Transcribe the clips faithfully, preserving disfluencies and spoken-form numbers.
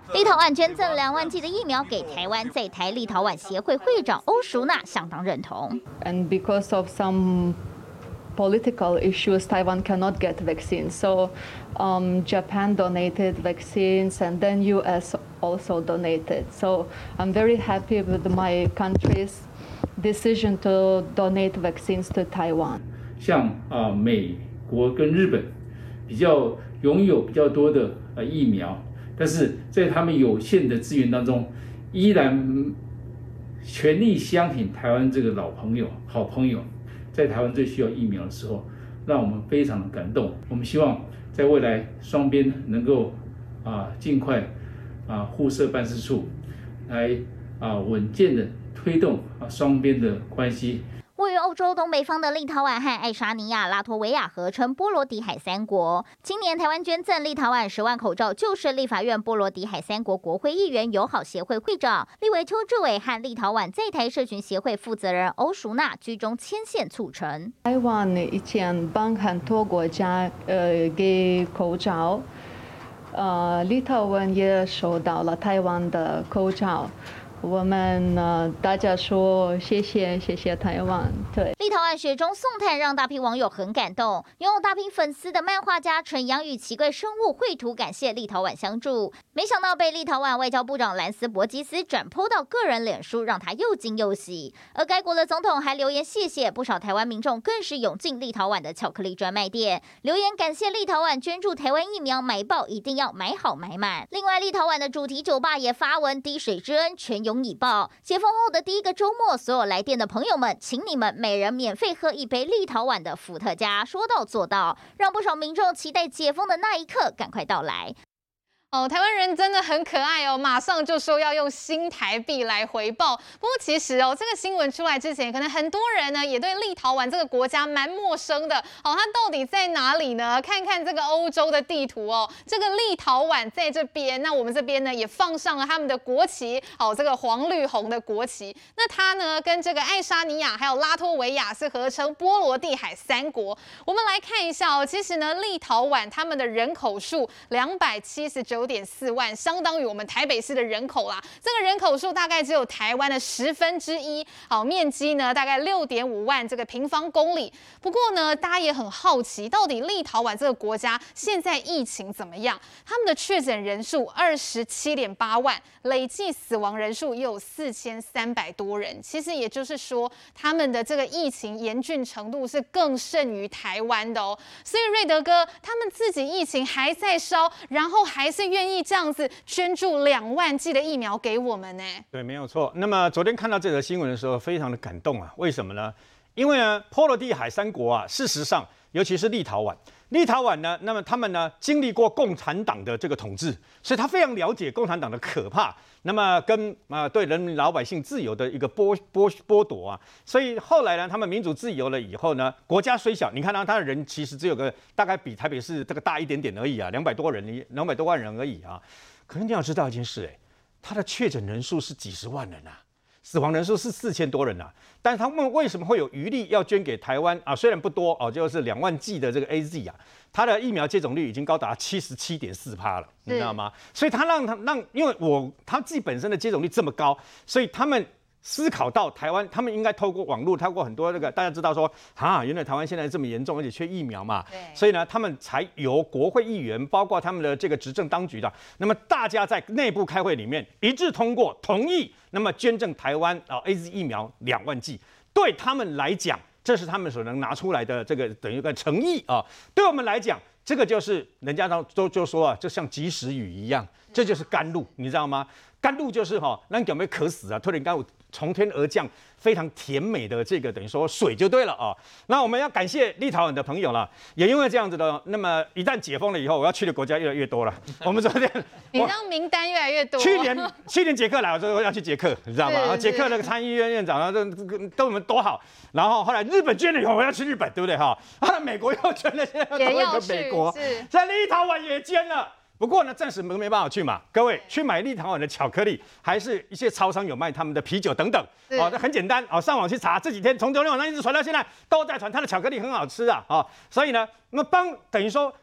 立陶宛捐赠两万剂的疫苗给台湾，在台立陶宛协会会长欧淑娜相当认同。 And because of some political issues, Taiwan cannot get vaccines. So um, Japan donated vaccines, and then U S also donated. So I'm very happy with my country's decision to donate vaccines to Taiwan. 像啊、呃、美国跟日本比较拥有比较多的呃疫苗，但是在他们有限的资源当中，依然全力相挺台湾这个老朋友、好朋友，在台湾最需要疫苗的时候，让我们非常的感动。我们希望在未来双边能够啊尽快啊互设办事处，来啊稳健的推动啊双边的关系。 位于欧洲东北方的立陶宛和爱沙尼亚、拉脱维亚合称波罗的海三国。今年台湾捐赠立陶宛十万口罩，就是立法院波罗的海三国国会议员友好协会会长立委邱志伟和立陶宛在台社群协会负责人欧淑娜居中牵线促成。 台湾以前帮很多国家呃给口罩，呃，立陶宛也收到了台湾的口罩。我们呢，大家说谢谢，谢谢台湾。对， 立陶宛雪中送炭让大批网友很感动。拥有大批粉丝的漫画家纯阳与奇怪生物绘图感谢立陶宛相助，没想到被立陶宛外交部长兰斯伯基斯转 po 到个人脸书，让他又惊又喜。而该国的总统还留言谢谢，不少台湾民众更是涌进立陶宛的巧克力专卖店，留言感谢立陶宛捐助台湾疫苗，买爆一定要买好买满。另外，立陶宛的主题酒吧也发文滴水之恩，全涌以报。解封后的第一个周末，所有来电的朋友们，请你们每人免费喝一杯立陶宛的伏特加，说到做到，让不少民众期待解封的那一刻赶快到来。 哦，台湾人真的很可爱哦，马上就说要用新台币来回报。不过其实哦，这个新闻出来之前，可能很多人呢也对立陶宛这个国家蛮陌生的。哦，它到底在哪里呢？看看这个欧洲的地图哦，这个立陶宛在这边，那我们这边呢也放上了他们的国旗，哦，这个黄绿红的国旗。那它呢跟这个爱沙尼亚还有拉脱维亚是合称波罗的海三国。我们来看一下哦，其实呢立陶宛他们的人口数两百七十九。九点四万，相当于我们台北市的人口啦。这个人口数大概只有台湾的十分之一，好，面积呢大概六点五万这个平方公里。不过呢，大家也很好奇，到底立陶宛这个国家现在疫情怎么样？他们的确诊人数二十七点八万，累计死亡人数也有四千三百多人。其实也就是说，他们的这个疫情严峻程度是更胜于台湾的哦。所以瑞德哥，他们自己疫情还在烧，然后还是愿意这样子捐助两万剂的疫苗给我们呢？ 对，没有错。那么昨天看到这则新闻的时候，非常的感动啊。为什么呢？因为呢，波罗的海三国啊，事实上，尤其是立陶宛，立陶宛呢，那么他们呢，经历过共产党的这个统治，所以他非常了解共产党的可怕。那么跟啊、呃、对人民老百姓自由的一个剥剥剥夺啊，所以后来呢，他们民主自由了以后呢，国家虽小，你看到他的人其实只有个大概比台北市这个大一点点而已啊，两百多人，两百多万人而已啊。可是你要知道一件事，哎，他的确诊人数是几十万人啊。死亡人数是四千多人啊，但是他们为什么会有余力要捐给台湾啊？虽然不多哦，就是两万剂的这个 A Z 啊，它的疫苗接种率已经高达七十七点四趴了，你知道吗？所以他让他让，因为我他自己本身的接种率这么高，所以他们思考到台湾，他们应该透过网络，透过很多那个大家知道说啊，原来台湾现在这么严重，而且缺疫苗嘛，所以呢，他们才由国会议员，包括他们的这个执政当局的，那么大家在内部开会里面一致通过同意，那么捐赠台湾啊 A Z 疫苗两万剂，对他们来讲，这是他们所能拿出来的这个等于一个诚意啊，对我们来讲。这个就是人家都都就说啊，就像及时雨一样，这就是甘露，你知道吗？甘露就是哈、哦，那有没有渴死啊？突然间从天而降，非常甜美的这个等于说水就对了啊、哦。那我们要感谢立陶宛的朋友了，也因为这样子的，那么一旦解封了以后，我要去的国家越来越多了。我们昨天你让名单越来越多。 去年去年捷克来，我说要去捷克，你知道吗？然后捷克那个参议院院长啊，都都我们多好。然后后来日本捐了以后，我要去日本，对不对哈？后来美国又捐了，现在要投一个美国，在立陶宛也捐了。不过呢，暂时没没办法去嘛。各位去买立陶宛的巧克力，还是一些超商有卖他们的啤酒等等。哦，这很简单哦，上网去查。这几天从昨天晚上一直传到现在，都在传它的巧克力很好吃啊啊、哦！所以呢，那么帮等于说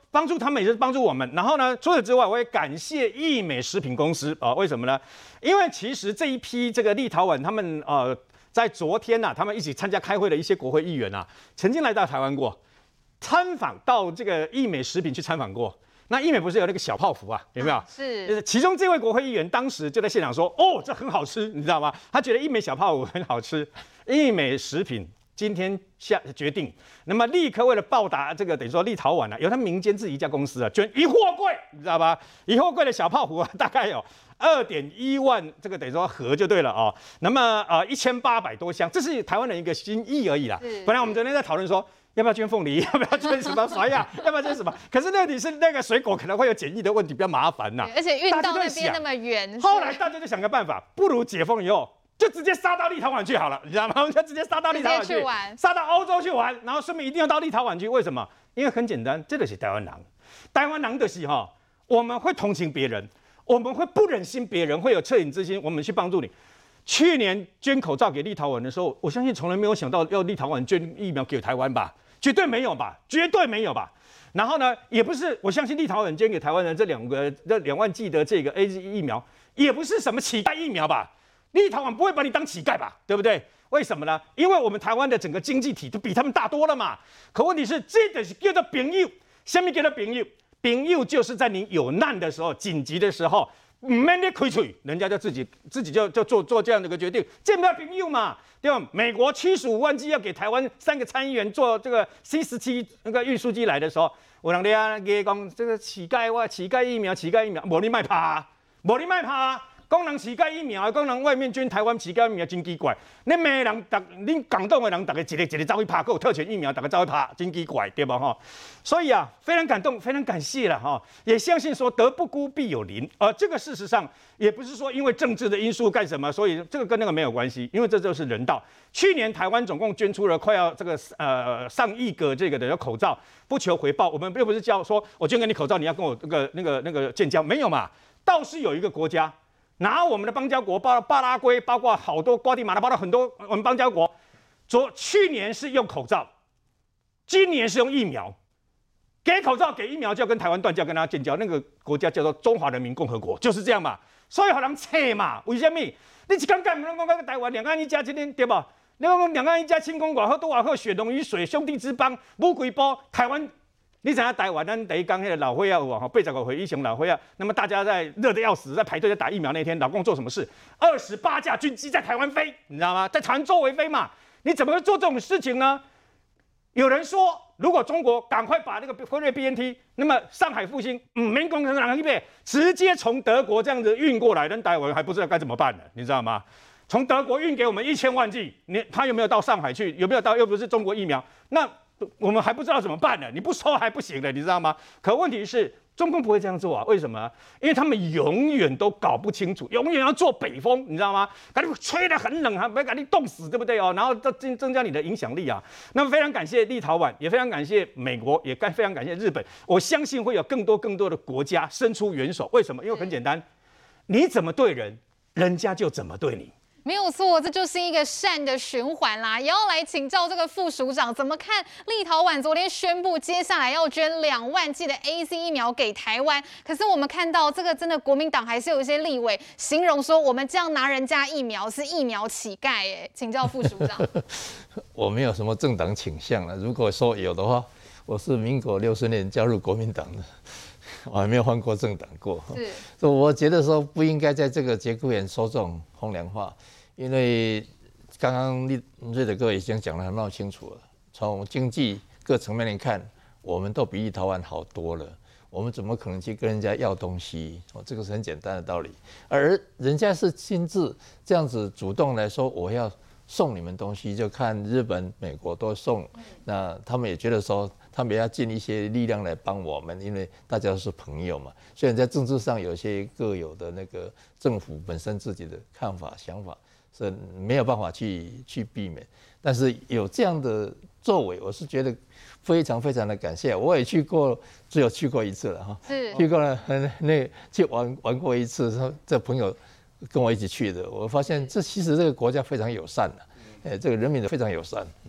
帮助他们也是帮助我们。然后呢，除此之外，我也感谢益美食品公司啊、呃，为什么呢？因为其实这一批这个立陶宛他们呃，在昨天呐、啊，他们一起参加开会的一些国会议员啊，曾经来到台湾过，参访到这个益美食品去参访过。那益美不是有那个小泡芙啊，有没有？ 啊、是。 其中这位国会议员当时就在现场说：“哦，这很好吃，你知道吗？他觉得益美小泡芙很好吃。”益美食品今天下决定，那么立刻为了报答这个等于说立陶宛啊，由他们民间自己一家公司啊，捐一货柜，你知道吧？一货柜的小泡芙啊，大概有二点一万这个等于说盒就对了哦。那么呃一千八百多箱，这是台湾的一个心意而已啦。本来我们昨天在讨论说。要不要捐凤梨？要不要捐什么甩呀？要不要捐什么？可是问题是那个水果可能会有检疫的问题，比较麻烦呐。 而且运到那边那么远。 后来大家就想个办法，不如解封以后就直接杀到立陶宛去好了，你知道吗？我们就直接杀到立陶宛去玩， 杀到欧洲去玩，然后顺便一定要到立陶宛去。为什么？因为很简单，这个是台湾人，台湾人的是哈，我们会同情别人，我们会不忍心别人会有恻隐之心，我们去帮助你。去年捐口罩给立陶宛的时候，我相信从来没有想到要立陶宛捐疫苗给台湾吧。绝对没有吧，绝对没有吧。然后呢，也不是，我相信立陶宛捐给台湾人这两个、这两万剂的这个 A Z 疫苗，也不是什么乞丐疫苗吧？立陶宛不会把你当乞丐吧？对不对？为什么呢？因为我们台湾的整个经济体都比他们大多了嘛。可问题是，这个是叫做朋友，什么叫做朋友？朋友就是在你有难的时候、紧急的时候。唔免你开嘴，人家就自己自己就就做做这样的一个决定，这不要朋友嘛，对吧？美国七十五万剂要给台湾三个参议员做这个 C 十七那个运输机来的时候，有人咧咧讲这个乞丐哇，乞丐疫苗，乞丐疫苗，无你卖怕，无你卖怕。讲人乞丐疫苗，讲人外面捐台湾乞丐疫苗真奇怪。恁美人，逐恁港岛的人，大家一个一个走去拍，还有特权疫苗，大家走去拍，真奇怪，对吧？哈，所以啊，非常感动，非常感谢了哈，也相信说德不孤必有邻，而这个事实上也不是说因为政治的因素干什么，所以这个跟那个没有关系，因为这就是人道。去年台湾总共捐出了快要这个呃上亿个这个的口罩，不求回报，我们又不是叫说我捐给你口罩，你要跟我那个那个那个建交，没有嘛？倒是有一个国家。拿我们的邦交国，包括巴拉圭，包括好多瓜地马拉，包括很多我们邦交国，昨去年是用口罩，今年是用疫苗。给口罩、给疫苗就要跟台湾断交，跟他建交。那个国家叫做中华人民共和国，就是这样嘛。所以好人切嘛，为什么？你一刚刚不能讲台湾两岸一家亲，对吧？你讲两岸一家亲，讲偌好都偌好，血浓于水，兄弟之邦，无几波台湾。你知影台湾咱第一天那个老伙仔有啊，八十五岁以上老伙仔，那么大家在热得要死，在排队在打疫苗那天，老公做什么事？二十八架军机在台湾飞，你知道吗？在台湾周围飞嘛？你怎么会做这种事情呢？有人说，如果中国赶快把那个辉瑞 B N T， 那么上海复兴，嗯，民工程厂一倍，直接从德国这样子运过来，那台湾还不知道该怎么办呢？你知道吗？从德国运给我们一千万剂，你他有没有到上海去？有没有到？又不是中国疫苗，那。我们还不知道怎么办呢？你不收还不行的，你知道吗？可问题是，中共不会这样做啊？为什么？因为他们永远都搞不清楚，永远要做北风，你知道吗？把你吹得很冷，还没把你冻死，对不对哦？然后增增加你的影响力啊。那么非常感谢立陶宛，也非常感谢美国，也非常感谢日本。我相信会有更多更多的国家伸出援手。为什么？因为很简单，你怎么对人，人家就怎么对你。 没有错，这就是一个善的循环啦。也要来请教这个副署长，怎么看立陶宛昨天宣布接下来要捐两万剂的 A Z 疫苗给台湾？可是我们看到这个真的国民党还是有一些立委形容说，我们这样拿人家疫苗是疫苗乞丐。哎，请教副署长。 我没有什么政党倾向了，如果说有的话，我是民国六十年加入国民党的。我还没有换过政党过，是，所以我觉得说不应该在这个节骨眼说这种风凉话，因为刚刚瑞德哥已经讲得很闹清楚了，从经济各层面来看，我们都比立陶宛好多了，我们怎么可能去跟人家要东西？哦，这个是很简单的道理，而人家是亲自这样子主动来说，我要送你们东西，就看日本、美国都送，那他们也觉得说。他们要尽一些力量来帮我们，因为大家都是朋友嘛。虽然在政治上有些各有的那个政府本身自己的看法、想法是没有办法去去避免，但是有这样的作为，我是觉得非常非常的感谢。我也去过，只有去过一次了哈，去过了那去玩玩过一次，这朋友跟我一起去的，我发现这其实这个国家非常友善的，哎，这个人民的非常友善。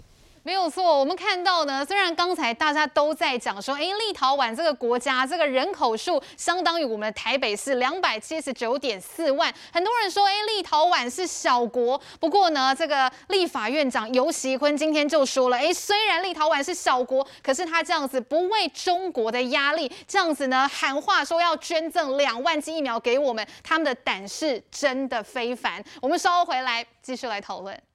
没有错，我们看到呢，虽然刚才大家都在讲说，哎，立陶宛这个国家这个人口数相当于我们的台北市两百七十九点四万，很多人说，哎，立陶宛是小国。不过呢，这个立法院长游锡堃今天就说了，哎，虽然立陶宛是小国，可是他这样子不畏中国的压力，这样子呢喊话说要捐赠两万剂疫苗给我们，他们的胆识真的非凡。我们稍后回来继续来讨论。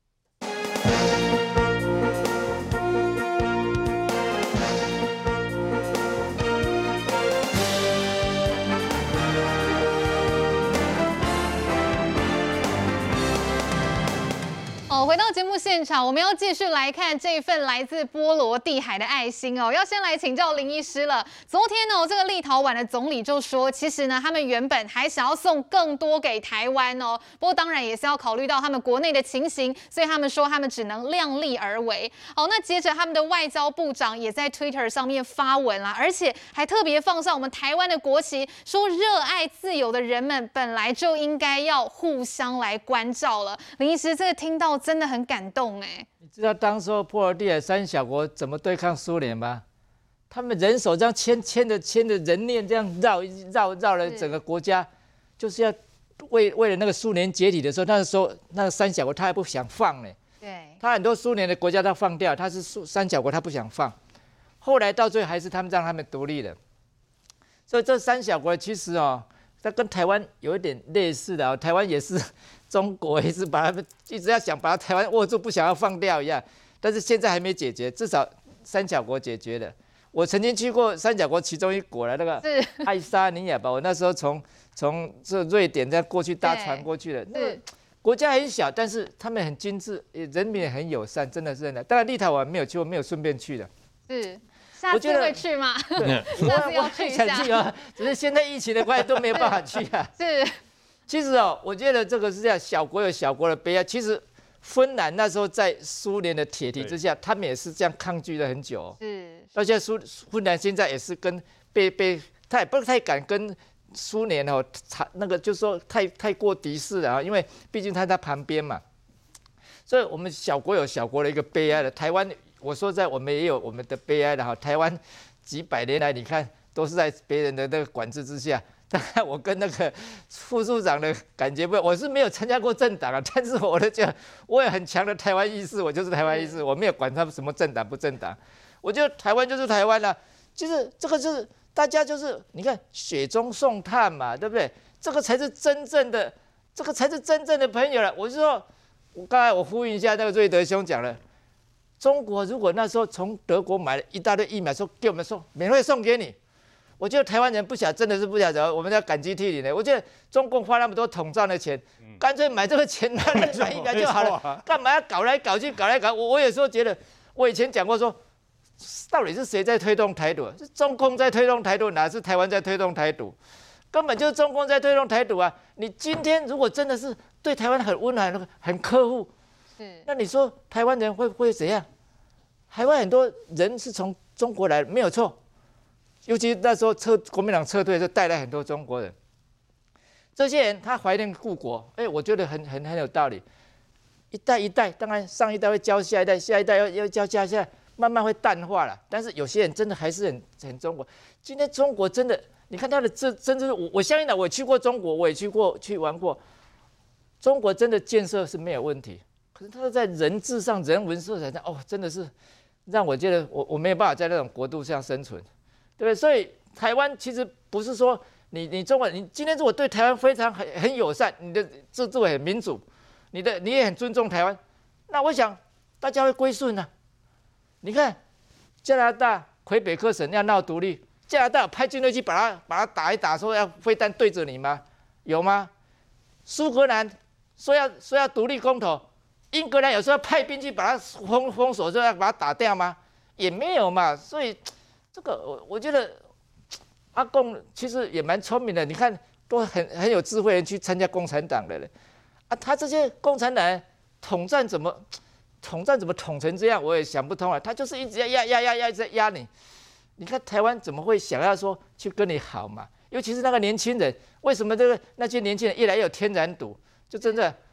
哦，回到节目现场，我们要继续来看这份来自波罗的海的爱心哦。要先来请教林医师了。昨天呢，这个立陶宛的总理就说，其实呢，他们原本还想要送更多给台湾哦，不过当然也是要考虑到他们国内的情形，所以他们说他们只能量力而为。好，那接着他们的外交部长也在 Twitter 上面发文啦，而且还特别放上我们台湾的国旗，说热爱自由的人们本来就应该要互相来关照了。林医师，这个听到真的很感动哎！ 你知道当时波罗的海三小国怎么对抗苏联吗？他们人手这样牵牵着牵着人链这样绕绕绕了整个国家，就是要为为了那个苏联解体的时候，那个时候那个三小国他还不想放呢。 对， 他很多苏联的国家他放掉，他是三小国他不想放，后来到最后还是他们让他们独立了。所以这三小国其实哦，它跟台湾有一点类似的哦，台湾也是。中国也是把他们一直要想把台湾握住，不想要放掉一样，但是现在还没解决，至少三小国解决了。我曾经去过三小国其中一国了，那个爱沙尼亚吧，我那时候从从这瑞典再过去搭船过去的，那个国家很小，但是他们很精致，人民也很友善，真的是真的。当然立陶宛没有去，我没有顺便去的。 是，下次会去吗？下次要去一下。 想去啊，只是现在疫情的关系都没有办法去啊。 是。 其实哦，我觉得这个是这样，小国有小国的悲哀。其实芬兰那时候在苏联的铁蹄之下，他们也是这样抗拒了很久、哦。是，而且苏芬兰现在也是跟被被，他也不太敢跟苏联哦，那个就是说太太过敌视了啊，因为毕竟他在旁边嘛。所以我们小国有小国的一个悲哀的。台湾，我说在我们也有我们的悲哀的哈。台湾几百年来，你看都是在别人的那个管制之下。当然，我跟那个副处长的感觉不一样，我是没有参加过政党啊，但是我的觉得我有很强的台湾意识，我就是台湾意识，我没有管他们什么政党不政党，我觉得台湾就是台湾啊，就是这个就是大家就是你看雪中送炭嘛，对不对？这个才是真正的，这个才是真正的朋友了。我是说，我刚才我呼应一下那个瑞德兄讲了，中国如果那时候从德国买了一大堆疫苗，说给我们送免费送给你。我觉得台湾人不晓真的是不晓得，我们要感激涕零的。我觉得中共花那么多统战的钱，干脆买这个钱拿来买疫苗就好了，干嘛要搞来搞去，搞来搞？我我有时候觉得，我以前讲过说，到底是谁在推动台独？是中共在推动台独，哪是台湾在推动台独？根本就是中共在推动台独啊！你今天如果真的是对台湾很温暖、很呵护，那你说台湾人会不会怎样？台湾很多人是从中国来的，没有错。尤其那时候撤国民党撤退，就带来很多中国人。这些人他怀念故国，哎，我觉得很很很有道理。一代一代，当然上一代会教下一代，下一代要要教下下，慢慢会淡化了。但是有些人真的还是很很中国。今天中国真的，你看他的这真的是我我相信的，我去过中国，我也去过去玩过。中国真的建设是没有问题，可是他在人治上、人文色彩上，哦，真的是让我觉得我我没有办法在那种国度上生存。对不对？所以台湾其实不是说你你中国，你今天如果对台湾非常很很友善，你的自治很民主，你的你也很尊重台湾，那我想大家会归顺啊。你看加拿大魁北克省要闹独立，加拿大派军队去把它把它打一打，说要飞弹对着你吗？有吗？苏格兰说要说要独立公投，英格兰有时候派兵去把它封封锁，说要把它打掉吗？也没有嘛。所以这个我我觉得阿共其实也蛮聪明的，你看都很很有智慧人去参加共产党的人啊，他这些共产党统战怎么统战怎么统成这样，我也想不通啊。他就是一直要压压压压一直压你，你看台湾怎么会想要说去跟你好嘛？尤其是那个年轻人，为什么这个那些年轻人越来越有天然毒？就真的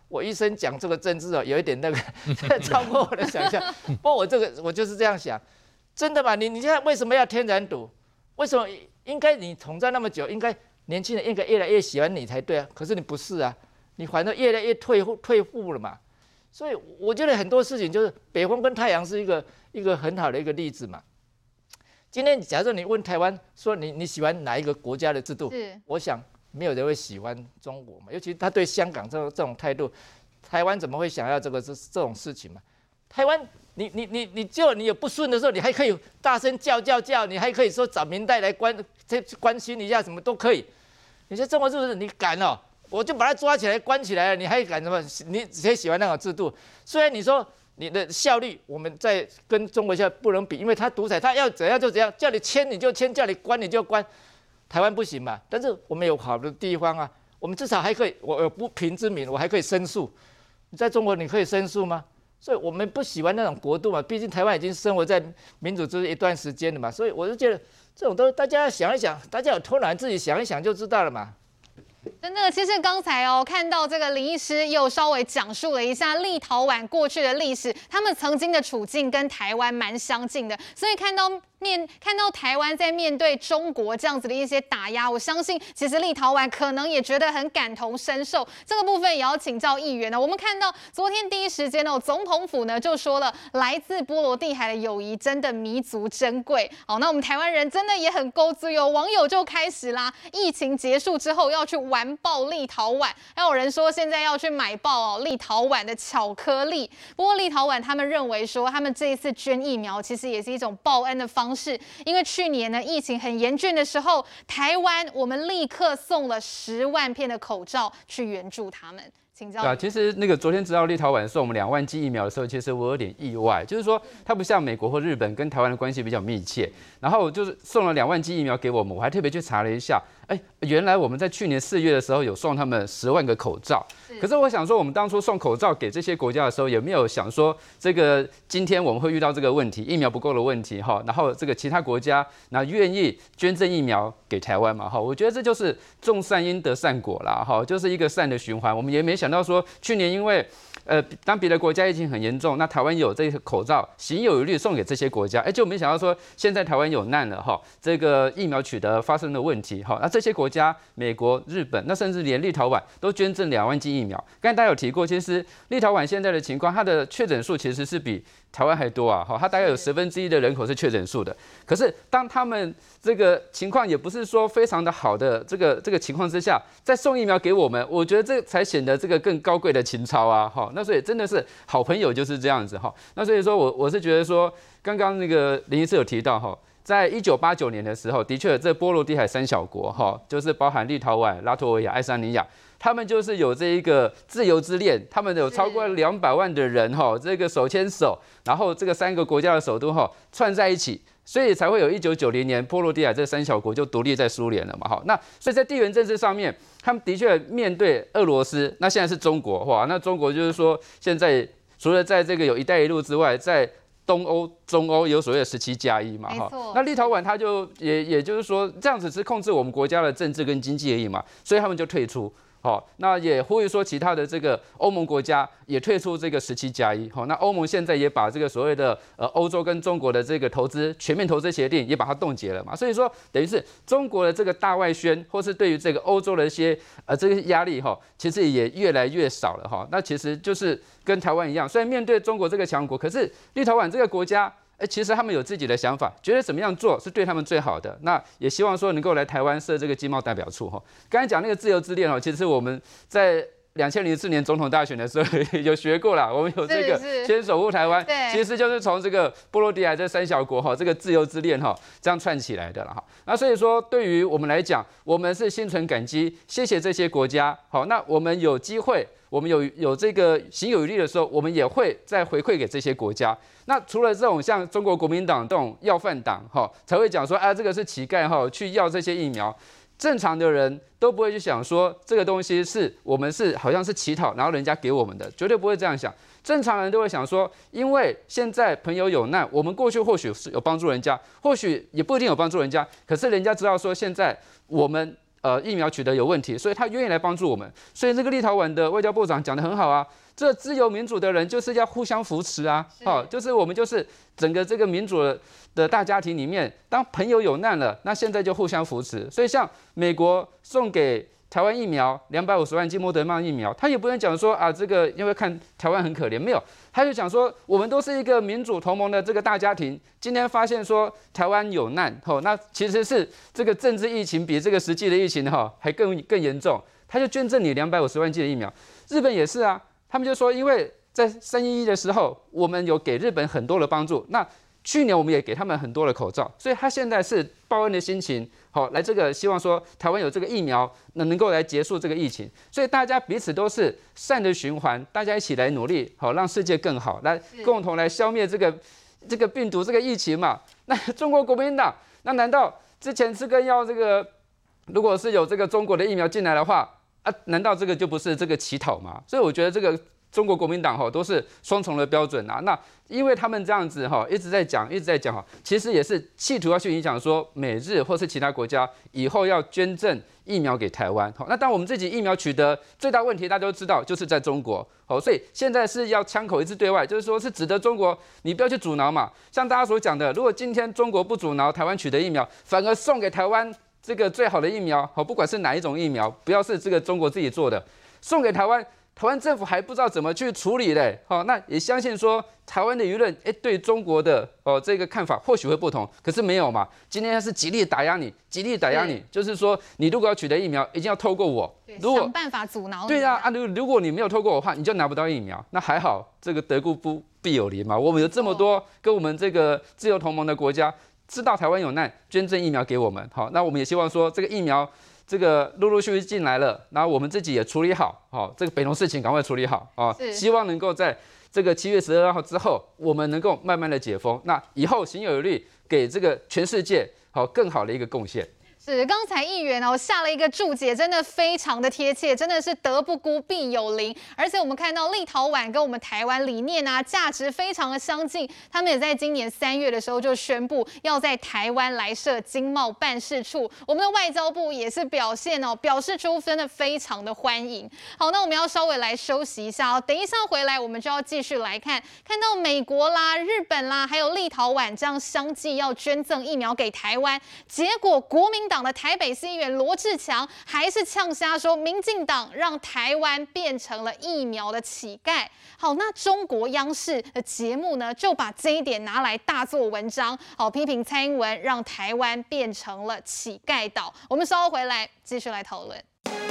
我医生讲这个政治哦，有一点那个超过我的想象。不过我这个我就是这样想，真的嘛？你你现在为什么要天然赌？为什么应该你统战那么久，应该年轻人应该越来越喜欢你才对啊？可是你不是啊，你反正越来越退退步了嘛。所以我觉得很多事情就是北风跟太阳是一个一个很好的一个例子嘛。今天假设你问台湾说你你喜欢哪一个国家的制度，我想没有人会喜欢中国嘛，尤其他对香港这种这种态度，台湾怎么会想要这个这这种事情嘛？台湾你你你你就你有不顺的时候，你还可以大声叫叫叫，你还可以说找民代来关关心一下，什么都可以。你说中国是不是你敢哦？我就把他抓起来关起来了，你还敢什么？你谁喜欢那种制度？虽然你说你的效率，我们在跟中国现在不能比，因为他独裁，他要怎样就怎样，叫你签你就签，叫你关你就关。台湾不行嘛，但是我们有好的地方啊，我们至少还可以，我有不平之民，我还可以申诉。你在中国你可以申诉吗？所以我们不喜欢那种国度嘛，毕竟台湾已经生活在民主制一段时间了嘛，所以我就觉得这种都大家想一想，大家有头脑自己想一想就知道了嘛。 真的，其实刚才哦，看到这个林医师又稍微讲述了一下立陶宛过去的历史，他们曾经的处境跟台湾蛮相近的，所以看到面看到台湾在面对中国这样子的一些打压，我相信其实立陶宛可能也觉得很感同身受。这个部分也要请教议员呢。我们看到昨天第一时间呢，总统府呢就说了，来自波罗的海的友谊真的弥足珍贵。好，那我们台湾人真的也很勾资哦，网友就开始啦，疫情结束之后要去完爆立陶宛，还有人说现在要去买爆哦立陶宛的巧克力。不过立陶宛他们认为说，他们这一次捐疫苗其实也是一种报恩的方式，因为去年呢疫情很严峻的时候，台湾我们立刻送了十万片的口罩去援助他们。请教。 对啊，其实那个昨天知道立陶宛送我们两万剂疫苗的时候，其实我有点意外，就是说它不像美国或日本跟台湾的关系比较密切，然后就是送了两万剂疫苗给我们，我还特别去查了一下，哎，原来我们在去年四月的时候有送他们十万个口罩。可是我想说，我们当初送口罩给这些国家的时候，有没有想说这个今天我们会遇到这个问题，疫苗不够的问题哈？然后这个其他国家那愿意捐赠疫苗给台湾嘛哈？我觉得这就是种善因得善果啦哈，就是一个善的循环。我们也没想到说去年因为呃当别的国家疫情很严重，那台湾有这个口罩行有余力送给这些国家，哎就没想到说现在台湾有难了哈，这个疫苗取得发生的问题哈，那这些国家美国、日本，那甚至连立陶宛都捐赠两万剂疫苗。刚才大家有提过，其实立陶宛现在的情况，它的确诊数其实是比台湾还多啊，哈，它大概有十分之一的人口是确诊数的。可是当他们这个情况也不是说非常的好的这个这个情况之下，再送疫苗给我们，我觉得这才显得这个更高贵的情操啊，哈。那所以真的是好朋友就是这样子哈。那所以说我我是觉得说，刚刚那个林医师有提到哈。在一九八九年的时候，的确，这波罗的海三小国哈，就是包含立陶宛、拉脱维亚、爱沙尼亚，他们就是有这一个自由之恋，他们有超过两百万的人哈，这个手牵手，然后这个三个国家的首都哈串在一起，所以才会有一九九零年波罗的海这三小国就独立在苏联了嘛哈。那所以在地缘政治上面，他们的确面对俄罗斯，那现在是中国哇，那中国就是说现在除了在这个有一带一路之外，在东欧、中欧有所谓的十七加一嘛，哈，那立陶宛它就也也就是说这样子是控制我们国家的政治跟经济而已嘛，所以他们就退出。好，那也呼吁说，其他的这个欧盟国家也退出这个十七加一。好，那欧盟现在也把这个所谓的呃欧洲跟中国的这个投资全面投资协定也把它冻结了嘛。所以说，等于是中国的这个大外宣，或是对于这个欧洲的一些呃这个压力哈，其实也越来越少了哈。那其实就是跟台湾一样，虽然面对中国这个强国，可是立陶宛这个国家。哎，其实他们有自己的想法，觉得怎么样做是对他们最好的。那也希望说能够来台湾设这个经贸代表处哈。刚才讲那个自由之恋哈，其实我们在两千零四年总统大选的时候有学过啦，我们有这个先守护台湾，其实就是从这个波罗的海这三小国哈，这个自由之恋哈，这样串起来的了哈。那所以说，对于我们来讲，我们是心存感激，谢谢这些国家。好，那我们有机会。我们有有这个行有余力的时候，我们也会再回馈给这些国家。那除了这种像中国国民党这种要饭党哈，才会讲说啊，这个是乞丐哈，去要这些疫苗。正常的人都不会去想说这个东西是我们是好像是乞讨，然后人家给我们的，绝对不会这样想。正常人都会想说，因为现在朋友有难，我们过去或许是有帮助人家，或许也不一定有帮助人家，可是人家知道说现在我们。 呃疫苗取得有问题，所以他愿意来帮助我们。所以这个立陶宛的外交部长讲得很好啊，这自由民主的人就是要互相扶持啊，好、哦，就是我们就是整个这个民主的大家庭里面，当朋友有难了，那现在就互相扶持。所以像美国送给台湾疫苗两百五十万剂莫德纳疫苗，他也不能讲说啊，这个因为看台湾很可怜，没有，他就讲说我们都是一个民主同盟的这个大家庭，今天发现说台湾有难，吼、哦，那其实是这个政治疫情比这个实际的疫情哈、哦、还更更严重，他就捐赠你两百五十万剂的疫苗。日本也是啊，他们就说因为在三一一的时候，我们有给日本很多的帮助，那去年我们也给他们很多的口罩，所以他现在是报恩的心情。好，来这个希望说台湾有这个疫苗，能能够来结束这个疫情，所以大家彼此都是善的循环，大家一起来努力，好让世界更好，来共同来消灭这个这个病毒这个疫情嘛。那中国国民党，那难道之前吃根药这个，如果是有这个中国的疫苗进来的话啊，难道这个就不是这个乞讨吗？所以我觉得这个中国国民党哈都是双重的标准啊。那因为他们这样子哈一直在讲一直在讲哈，其实也是企图要去影响说美日或是其他国家以后要捐赠疫苗给台湾。好，那当我们自己疫苗取得最大问题，大家都知道就是在中国。好，所以现在是要枪口一致对外，就是说是指责中国，你不要去阻挠嘛。像大家所讲的，如果今天中国不阻挠台湾取得疫苗，反而送给台湾这个最好的疫苗，好，不管是哪一种疫苗，不要是这个中国自己做的，送给台湾。台湾政府还不知道怎么去处理嘞，好，那也相信说台湾的舆论，哎，对中国的哦这个看法或许会不同，可是没有嘛，今天他是极力打压你，极力打压你，就是说你如果要取得疫苗，一定要透过我， 如果想办法阻挠你， 对啊，啊如如果你没有透过我的话，你就拿不到疫苗，那还好，这个得故不必有邻嘛，我们有这么多跟我们这个自由同盟的国家，知道台湾有难，捐赠疫苗给我们，好，那我们也希望说这个疫苗。这个陆陆续续进来了，然后我们自己也处理好，好、哦、这个北农事情赶快处理好啊、哦，希望能够在这个七月十二号之后，我们能够慢慢的解封，那以后行有余力，给这个全世界好、哦、更好的一个贡献。 是，刚才议员哦下了一个注解，真的非常的贴切，真的是德不孤必有邻。而且我们看到立陶宛跟我们台湾理念啊、价值非常的相近，他们也在今年三月的时候就宣布要在台湾来设经贸办事处。我们的外交部也是表现哦，表示出真的非常的欢迎。好，那我们要稍微来休息一下哦，等一下回来我们就要继续来看，看到美国啦、日本啦，还有立陶宛这样相继要捐赠疫苗给台湾，结果国民党党的台北市议员罗志强还是呛瞎说，民进党让台湾变成了疫苗的乞丐。好，那中国央视的节目呢，就把这一点拿来大做文章，好批评蔡英文让台湾变成了乞丐岛。我们稍后回来继续来讨论。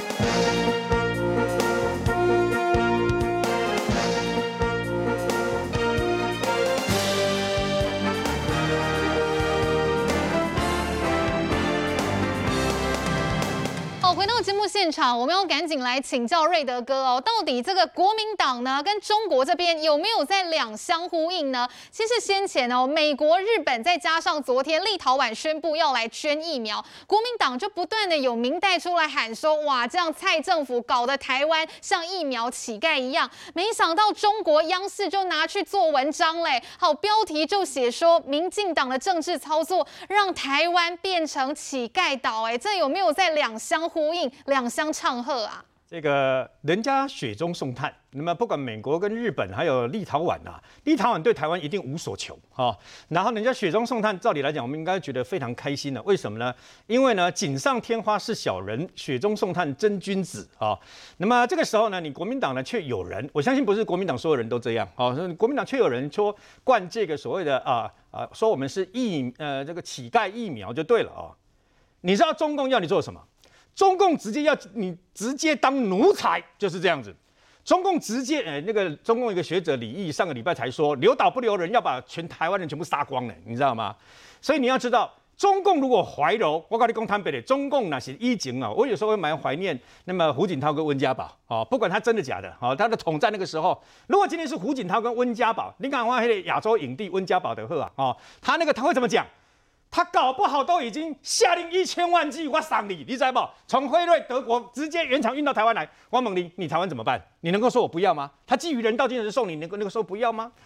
回到节目现场，我们要赶紧来请教瑞德哥哦，到底这个国民党呢跟中国这边有没有在两相呼应呢？其实先前哦，美国、日本再加上昨天立陶宛宣布要来捐疫苗，国民党就不断的有民代出来喊说，哇，这样蔡政府搞得台湾像疫苗乞丐一样。没想到中国央视就拿去做文章嘞，好，标题就写说，民进党的政治操作让台湾变成乞丐岛，哎，这有没有在两相呼应？两相唱和啊！ 这个人家雪中送炭，那么不管美国跟日本还有立陶宛啊，立陶宛对台湾一定无所求哈、哦。然后人家雪中送炭，照理来讲，我们应该觉得非常开心的。为什么呢？因为呢，锦上添花是小人，雪中送炭真君子啊、哦。那么这个时候呢，你国民党呢却有人，我相信不是国民党所有人都这样啊、哦，国民党却有人说灌这个所谓的啊啊，说我们是疫呃这个乞丐疫苗就对了啊、哦。你知道中共要你做什么？中共直接要你直接当奴才，就是这样子。中共直接，呃，那个中共一个学者李毅上个礼拜才说，留岛不留人，要把全台湾人全部杀光了，你知道吗？所以你要知道，中共如果怀柔，我跟你讲坦白的，中共那是以前啊，我有时候会蛮怀念那么胡锦涛跟温家宝，哦，不管他真的假的，哦，他的统战那个时候，如果今天是胡锦涛跟温家宝，你看我那个亚洲影帝温家宝的贺啊，哦，他那个他会怎么讲？他搞不好都已经下令一千万剂，我赏你，你知道不？从辉瑞德国直接原厂运到台湾来，汪猛林，你台湾怎么办？你能够说我不要吗？他基于人道精神送你，能够能够说不要吗？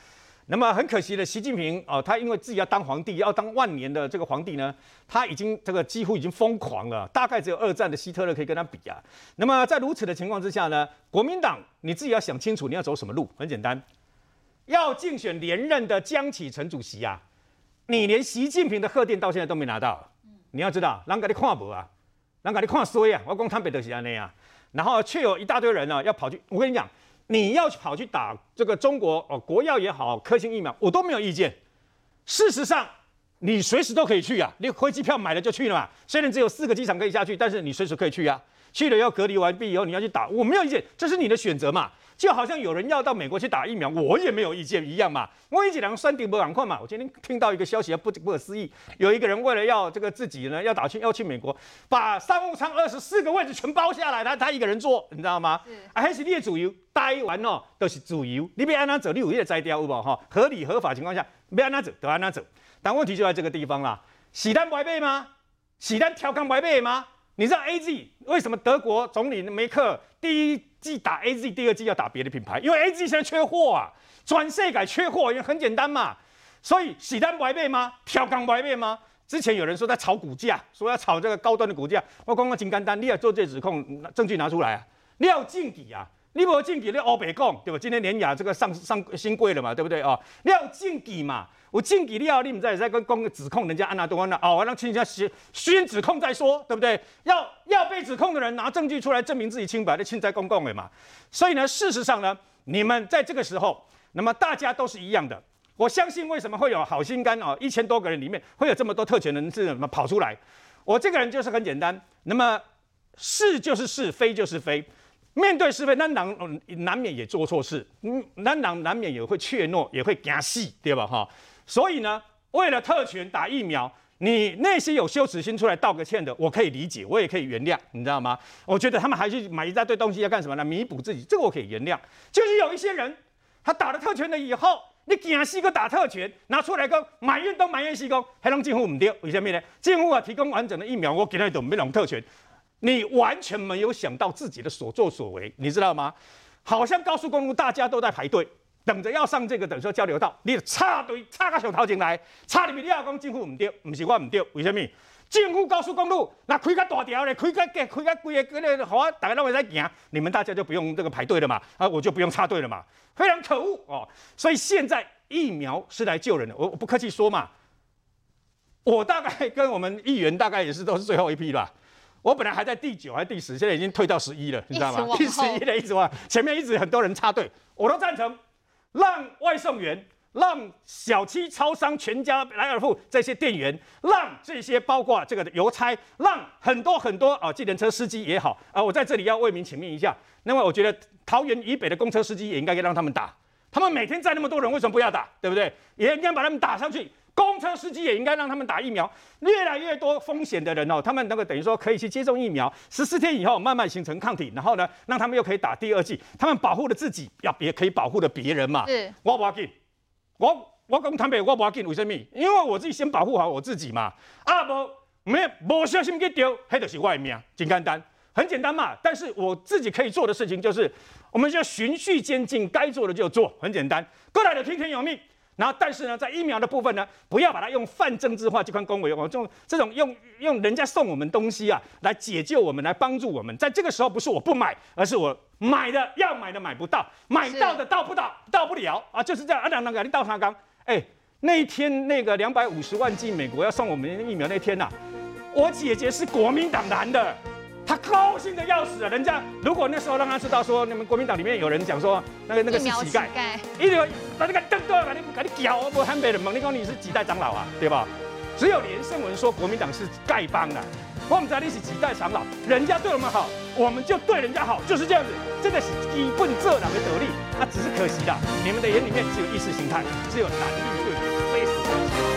那么很可惜的，习近平哦，他因为自己要当皇帝，要当万年的这个皇帝呢，他已经这个几乎已经疯狂了，大概只有二战的希特勒可以跟他比啊。那么在如此的情况之下呢，国民党你自己要想清楚你要走什么路。很简单，要竞选连任的江启臣主席啊，你连习近平的贺电到现在都没拿到。你要知道，人家你看不啊，人家你看衰啊，我讲坦白就是安尼啊。然后却有一大堆人呢要跑去，我跟你讲。你要跑去打这个中国哦，国药也好，科兴疫苗，我都没有意见。事实上，你随时都可以去啊，你飞机票买了就去了嘛。虽然只有四个机场可以下去，但是你随时可以去啊。去了要隔离完毕以后，你要去打，我没有意见，这是你的选择嘛。就好像有人要到美国去打疫苗，我也没有意见一样嘛。我一起两个酸顶不赶快嘛。我今天听到一个消息，不不可思议，有一个人为了要这个自己呢要打去要去美国，把商务舱二十四个位置全包下来，他他一个人坐，你知道吗？啊，还是你的自由，台湾哦都是自由，你要安怎走，你有那个摘掉有无哈？合理合法情况下，要安怎走就安怎走。但问题就在这个地方啦，是咱违背吗？是咱调侃违背吗？你知道 A Z 为什么德国总理梅克第一季打 A Z， 第二季要打别的品牌？因为 A Z 现在缺货啊，全世界缺货，因为很简单嘛。所以是咱违背吗？调侃违背吗？之前有人说在炒股价，说要炒这个高端的股价，我刚刚真简单，你要做这指控，证据拿出来啊，你要有证据啊。你无证据，你黑白讲，对吧？今天联雅这个上上新贵了嘛，对不对哦？你要有证据嘛，有证据你要你唔在在跟讲指控人家安娜多安娜哦，让亲家先先指控再说，对不对？要要被指控的人拿证据出来证明自己清白，那亲在公共的嘛。所以呢，事实上呢，你们在这个时候，那么大家都是一样的。我相信为什么会有好心肝哦，一千多个人里面会有这么多特权人士怎么跑出来？我这个人就是很简单，那么是就是是，非就是非。面对是非，咱人难免也做错事，嗯，咱人难免也会怯懦，也会惊死，对吧？哈，所以呢，为了特权打疫苗，你那些有羞耻心出来道个歉的，我可以理解，我也可以原谅，你知道吗？我觉得他们还去买一大堆东西要干什么呢？弥补自己，这个我可以原谅。就是有一些人，他打了特权了以后，你惊死个打特权，拿出来讲埋怨东埋怨西讲，还让政府唔对，为什么呢？政府啊提供完整的疫苗，我给他都没弄特权。你完全没有想到自己的所作所为，你知道吗？好像高速公路大家都在排队，等着要上这个等于说交流道，你插队插到上头前来，插入去你要讲政府唔对，不是我唔对，为什么？政府高速公路那开个大条咧，开个开个规个嗰个好啊，大家都会在行，你们大家就不用这个排队了嘛，啊，我就不用插队了嘛，非常可恶哦。所以现在疫苗是来救人的，我我不客气说嘛，我大概跟我们议员大概也是都是最后一批啦。我本来还在第九还是第十，现在已经退到十一了，你知道吗？第十一了，一直往前面一直很多人插队，我都赞成，让外送员、让小七、超商、全家、莱尔富这些店员，让这些包括这个邮差，让很多很多啊，计程车司机也好啊，我在这里要为民请命一下。那么我觉得桃园以北的公车司机也应该让他们打，他们每天载那么多人，为什么不要打？对不对？也应该把他们打上去。公车司机也应该让他们打疫苗，越来越多风险的人哦，他们那个等于说可以去接种疫苗，十四天以后慢慢形成抗体，然后呢，让他们又可以打第二剂，他们保护了自己，要也可以保护了别人嘛。是，我不要紧，我我讲坦白，我不要紧，为什么？因为我自己先保护好我自己嘛。啊，无没无小心去丢，那就是我的命，真简单，很简单嘛。但是我自己可以做的事情就是，我们就循序渐进，该做的就做，很简单。过来的听天由命。然后，但是呢，在疫苗的部分呢，不要把它用泛政治化这款恭维哦，这种这种用用人家送我们东西啊，来解救我们，来帮助我们。在这个时候，不是我不买，而是我买的要买的买不到，买到的到不到，到不了啊，就是这样。啊，两两个你到他刚，哎，那一天那个两百五十万剂美国要送我们的疫苗那天呐、啊，我姐姐是国民党蓝的。他高兴的要死啊！人家如果那时候让他知道说，你们国民党里面有人讲说，那个那个是乞丐，一定把那个瞪对，把你把你屌，我汉北人猛，你讲你是几代长老啊，对吧？只有连胜文说国民党是丐帮啊，我们在一起几代长老，人家对我们好，我们就对人家好，就是这样子，这个是基本这两个得力，那只是可惜的，你们的眼里面只有意识形态，只有蓝绿对比，非常可惜。